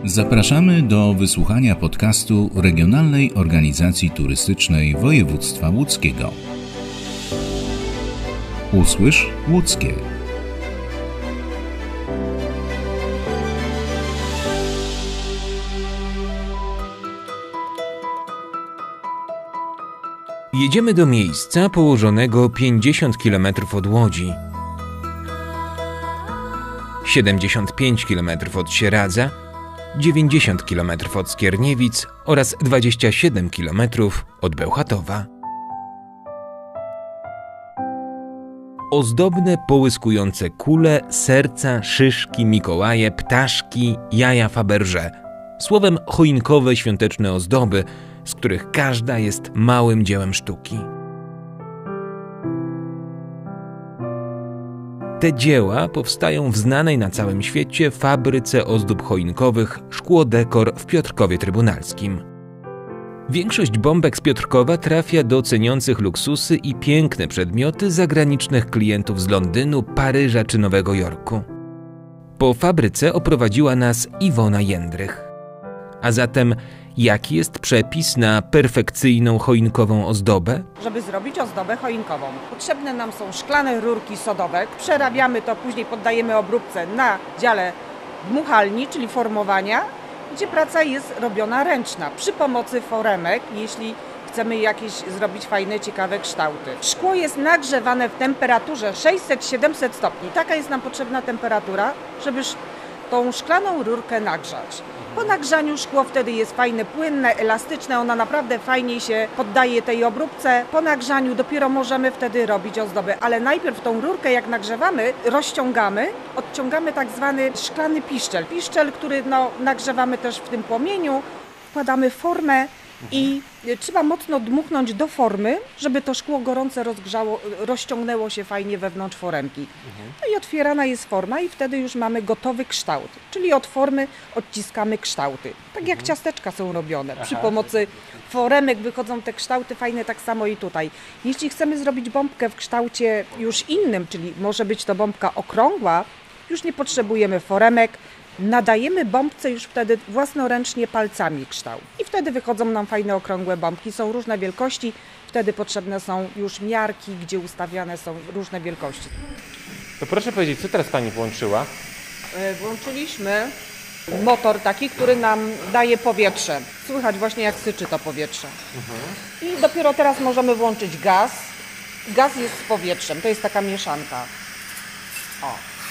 Zapraszamy do wysłuchania podcastu Regionalnej Organizacji Turystycznej Województwa Łódzkiego. Usłysz Łódzkie. Jedziemy do miejsca położonego 50 km od Łodzi, 75 km od Sieradza, 90 km od Skierniewic oraz 27 km od Bełchatowa. Ozdobne, połyskujące kule, serca, szyszki, Mikołaje, ptaszki, jaja Faberże. Słowem choinkowe świąteczne ozdoby, z których każda jest małym dziełem sztuki. Te dzieła powstają w znanej na całym świecie fabryce ozdób choinkowych Szkło Dekor w Piotrkowie Trybunalskim. Większość bombek z Piotrkowa trafia do ceniących luksusy i piękne przedmioty zagranicznych klientów z Londynu, Paryża czy Nowego Jorku. Po fabryce oprowadziła nas Iwona Jędrych. A zatem jaki jest przepis na perfekcyjną choinkową ozdobę? Żeby zrobić ozdobę choinkową, potrzebne nam są szklane rurki sodowe. Przerabiamy to, później poddajemy obróbce na dziale dmuchalni, czyli formowania, gdzie praca jest robiona ręczna przy pomocy foremek, jeśli chcemy jakieś zrobić fajne, ciekawe kształty. Szkło jest nagrzewane w temperaturze 600-700 stopni. Taka jest nam potrzebna temperatura, żeby tą szklaną rurkę nagrzać. Po nagrzaniu szkło wtedy jest fajne, płynne, elastyczne, ona naprawdę fajnie się poddaje tej obróbce. Po nagrzaniu dopiero możemy wtedy robić ozdobę, ale najpierw tą rurkę jak nagrzewamy, rozciągamy, odciągamy tak zwany szklany piszczel. Piszczel, który nagrzewamy też w tym płomieniu, wkładamy formę i trzeba mocno dmuchnąć do formy, żeby to szkło gorące rozciągnęło się fajnie wewnątrz foremki. No i otwierana jest forma i wtedy już mamy gotowy kształt, czyli od formy odciskamy kształty. Tak jak ciasteczka są robione. Przy pomocy foremek wychodzą te kształty fajne, tak samo i tutaj. Jeśli chcemy zrobić bombkę w kształcie już innym, czyli może być to bombka okrągła, już nie potrzebujemy foremek, nadajemy bombce już wtedy własnoręcznie palcami kształt. I wtedy wychodzą nam fajne okrągłe bombki. Są różne wielkości, wtedy potrzebne są już miarki, gdzie ustawiane są różne wielkości. To proszę powiedzieć, co teraz Pani włączyła? Włączyliśmy motor taki, który nam daje powietrze. Słychać właśnie jak syczy to powietrze. I dopiero teraz możemy włączyć gaz. Gaz jest z powietrzem, to jest taka mieszanka. O.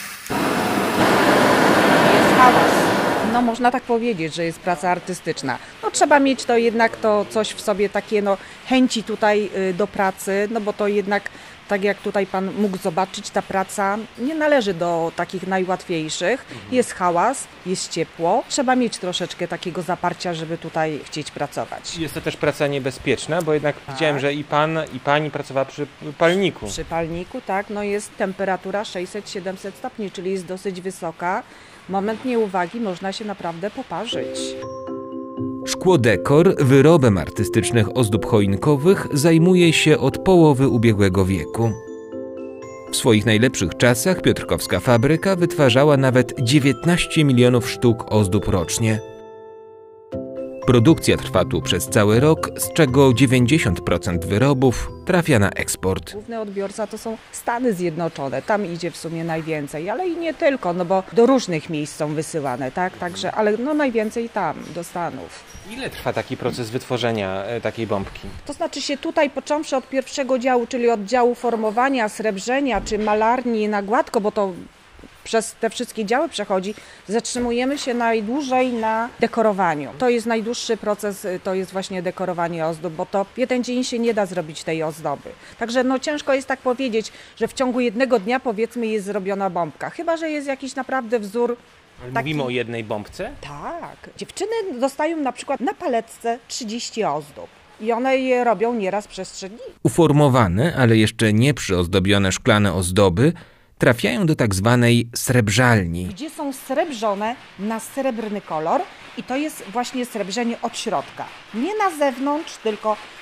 Hałas. No można tak powiedzieć, że jest praca artystyczna. No trzeba mieć to jednak to coś w sobie takie chęci tutaj do pracy, no bo to jednak tak jak tutaj Pan mógł zobaczyć, ta praca nie należy do takich najłatwiejszych. Jest hałas, jest ciepło. Trzeba mieć troszeczkę takiego zaparcia, żeby tutaj chcieć pracować. Jest to też praca niebezpieczna, bo jednak widziałem, że i Pan, i Pani pracowała przy palniku. Przy palniku, tak, jest temperatura 600-700 stopni, czyli jest dosyć wysoka. Moment nieuwagi można się naprawdę poparzyć. Szkło Dekor wyrobem artystycznych ozdób choinkowych zajmuje się od połowy ubiegłego wieku. W swoich najlepszych czasach piotrkowska fabryka wytwarzała nawet 19 milionów sztuk ozdób rocznie. Produkcja trwa tu przez cały rok, z czego 90% wyrobów trafia na eksport. Główny odbiorca to są Stany Zjednoczone, tam idzie w sumie najwięcej, ale i nie tylko, bo do różnych miejsc są wysyłane, tak? Także, ale najwięcej tam, do Stanów. Ile trwa taki proces wytworzenia takiej bombki? To znaczy się tutaj, począwszy od pierwszego działu, czyli od działu formowania, srebrzenia czy malarni na gładko, bo to przez te wszystkie działy przechodzi, zatrzymujemy się najdłużej na dekorowaniu. To jest najdłuższy proces, to jest właśnie dekorowanie ozdób, bo to w jeden dzień się nie da zrobić tej ozdoby. Także ciężko jest tak powiedzieć, że w ciągu jednego dnia powiedzmy jest zrobiona bombka. Chyba że jest jakiś naprawdę wzór. Mówimy o jednej bombce? Tak. Dziewczyny dostają na przykład na paletce 30 ozdób. I one je robią nieraz przez 3 dni. Uformowane, ale jeszcze nie przyozdobione szklane ozdoby trafiają do tak zwanej srebrzalni. Gdzie są srebrzone na srebrny kolor i to jest właśnie srebrzenie od środka. Nie na zewnątrz, tylko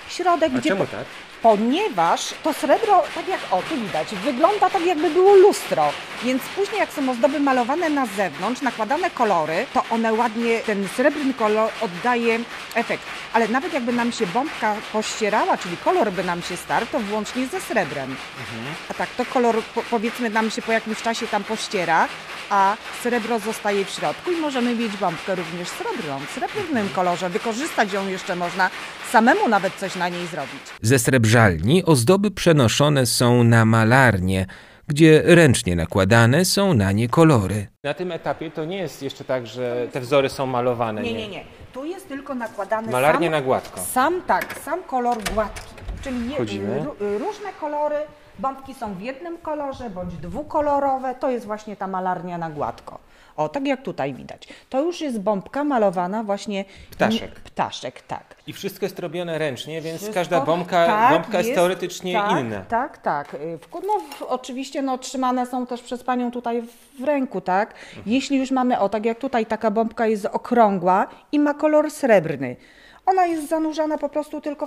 środek, A czemu tak? Ponieważ to srebro, tak jak tu widać, wygląda tak jakby było lustro, więc później jak są ozdoby malowane na zewnątrz, nakładane kolory, to one ładnie, ten srebrny kolor oddaje efekt. Ale nawet jakby nam się bombka pościerała, czyli kolor by nam się starł, to włącznie ze srebrem. A tak, to kolor powiedzmy nam się po jakimś czasie tam pościera, a srebro zostaje w środku i możemy mieć bombkę również srebrną, w srebrnym kolorze. Wykorzystać ją jeszcze można, samemu nawet coś na niej zrobić. Ze srebrzalni ozdoby przenoszone są na malarnię, gdzie ręcznie nakładane są na nie kolory. Na tym etapie to nie jest jeszcze tak, że te wzory są malowane. Nie. Tu jest tylko nakładany Malarnie na gładko. Sam kolor gładki. Czyli różne kolory, bombki są w jednym kolorze bądź dwukolorowe. To jest właśnie ta malarnia na gładko. Tak jak tutaj widać. To już jest bombka malowana właśnie... Ptaszek, tak. I wszystko jest robione ręcznie, więc każda bombka jest teoretycznie inna. Tak. Oczywiście trzymane są też przez panią tutaj w ręku, tak? Jeśli już mamy, tak jak tutaj taka bombka jest okrągła i ma kolor srebrny. Ona jest zanurzana po prostu tylko w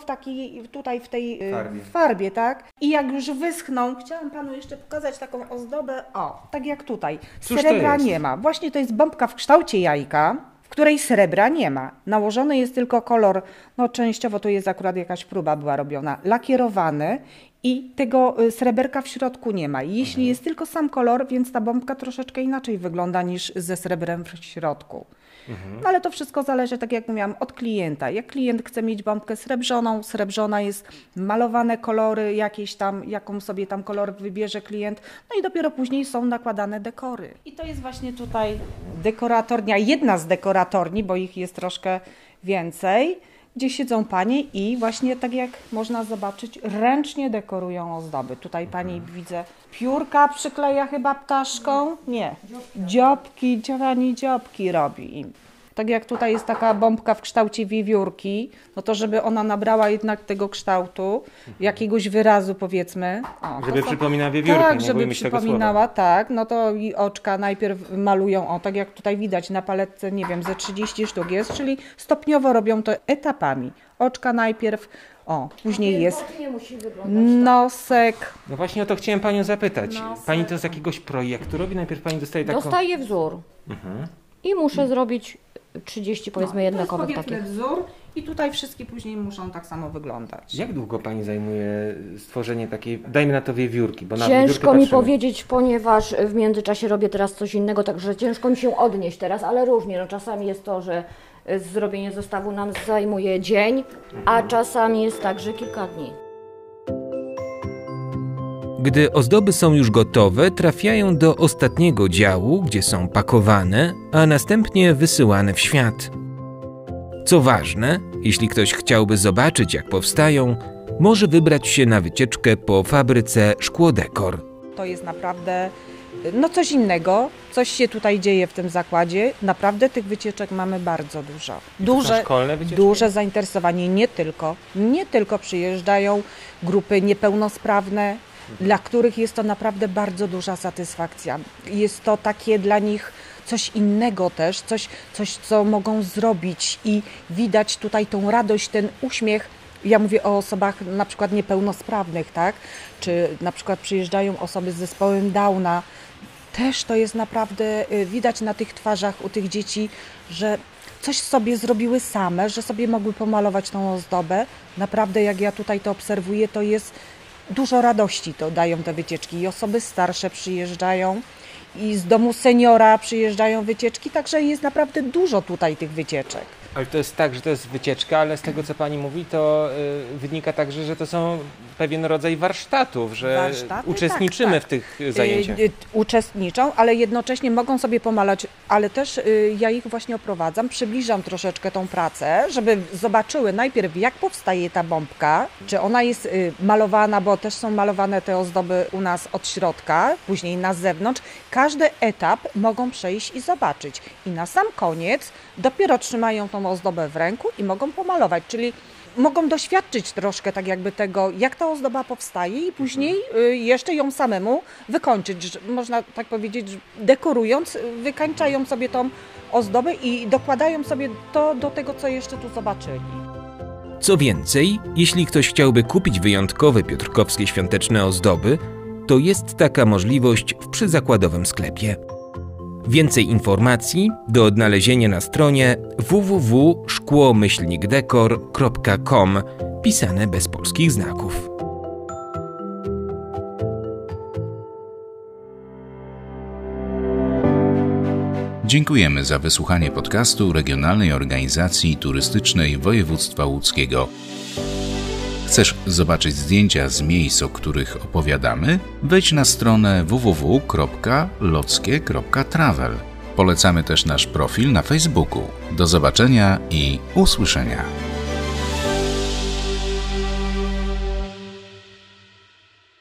w tej farbie, tak? I jak już wyschną, chciałam panu jeszcze pokazać taką ozdobę, tak jak tutaj. Srebra nie ma. Właśnie to jest bombka w kształcie jajka, w której srebra nie ma. Nałożony jest tylko kolor, częściowo to jest akurat jakaś próba była robiona, lakierowany i tego sreberka w środku nie ma. Jeśli jest tylko sam kolor, więc ta bombka troszeczkę inaczej wygląda niż ze srebrem w środku. Ale to wszystko zależy, tak jak mówiłam, od klienta. Jak klient chce mieć bombkę srebrzona jest malowane kolory jakieś tam, jaką sobie tam kolor wybierze klient, i dopiero później są nakładane dekory. I to jest właśnie tutaj dekoratornia, jedna z dekoratorni, bo ich jest troszkę więcej, gdzie siedzą panie i właśnie tak jak można zobaczyć, ręcznie dekorują ozdoby. Tutaj pani widzę, piórka przykleja chyba ptaszką? Nie, dziobki robi im. Tak jak tutaj jest taka bombka w kształcie wiewiórki, to żeby ona nabrała jednak tego kształtu, jakiegoś wyrazu powiedzmy. Żeby przypominała wiewiórkę, tak, nie żeby bójmy się tego przypominała, słowa. tak, to i oczka najpierw malują, tak jak tutaj widać na paletce, nie wiem, ze 30 sztuk jest, czyli stopniowo robią to etapami. Oczka najpierw, później jest nosek. No właśnie o to chciałem panią zapytać. Pani to z jakiegoś projektu robi? Najpierw pani dostaje taką... Dostaję wzór i muszę zrobić 30 powiedzmy jednakowych takich. To jest wzór i tutaj wszystkie później muszą tak samo wyglądać. Jak długo pani zajmuje stworzenie takiej, dajmy na to wiewiórki? Bo na ciężko mi powiedzieć, ponieważ w międzyczasie robię teraz coś innego, także ciężko mi się odnieść teraz, ale różnie. Czasami jest to, że zrobienie zestawu nam zajmuje dzień, a czasami jest tak, że kilka dni. Gdy ozdoby są już gotowe, trafiają do ostatniego działu, gdzie są pakowane, a następnie wysyłane w świat. Co ważne, jeśli ktoś chciałby zobaczyć, jak powstają, może wybrać się na wycieczkę po fabryce Szkło-Dekor. To jest naprawdę coś innego, coś się tutaj dzieje w tym zakładzie. Naprawdę tych wycieczek mamy bardzo dużo. Duże zainteresowanie, nie tylko przyjeżdżają grupy niepełnosprawne, dla których jest to naprawdę bardzo duża satysfakcja. Jest to takie dla nich coś innego też, coś co mogą zrobić i widać tutaj tą radość, ten uśmiech. Ja mówię o osobach na przykład niepełnosprawnych, tak? Czy na przykład przyjeżdżają osoby z zespołem Downa. Też to jest naprawdę widać na tych twarzach u tych dzieci, że coś sobie zrobiły same, że sobie mogły pomalować tą ozdobę. Naprawdę jak ja tutaj to obserwuję, to jest dużo radości to dają te wycieczki. I osoby starsze przyjeżdżają i z domu seniora przyjeżdżają wycieczki, także jest naprawdę dużo tutaj tych wycieczek. Ale to jest tak, że to jest wycieczka, ale z tego co pani mówi, to wynika także, że to są pewien rodzaj warsztatów, że uczestniczymy w tych zajęciach. Uczestniczą, ale jednocześnie mogą sobie pomalać, ale też ja ich właśnie oprowadzam, przybliżam troszeczkę tą pracę, żeby zobaczyły najpierw jak powstaje ta bombka, czy ona jest malowana, bo też są malowane te ozdoby u nas od środka, później na zewnątrz. Każdy etap mogą przejść i zobaczyć. I na sam koniec dopiero trzymają tą ozdobę w ręku i mogą pomalować, czyli mogą doświadczyć troszkę tak jakby tego, jak ta ozdoba powstaje i później jeszcze ją samemu wykończyć. Można tak powiedzieć, że dekorując, wykańczają sobie tą ozdobę i dokładają sobie to do tego, co jeszcze tu zobaczyli. Co więcej, jeśli ktoś chciałby kupić wyjątkowe piotrkowskie świąteczne ozdoby, to jest taka możliwość w przyzakładowym sklepie. Więcej informacji do odnalezienia na stronie www.szkło-dekor.com, pisane bez polskich znaków. Dziękujemy za wysłuchanie podcastu Regionalnej Organizacji Turystycznej Województwa Łódzkiego. Chcesz zobaczyć zdjęcia z miejsc, o których opowiadamy? Wejdź na stronę www.lockie.travel. Polecamy też nasz profil na Facebooku. Do zobaczenia i usłyszenia.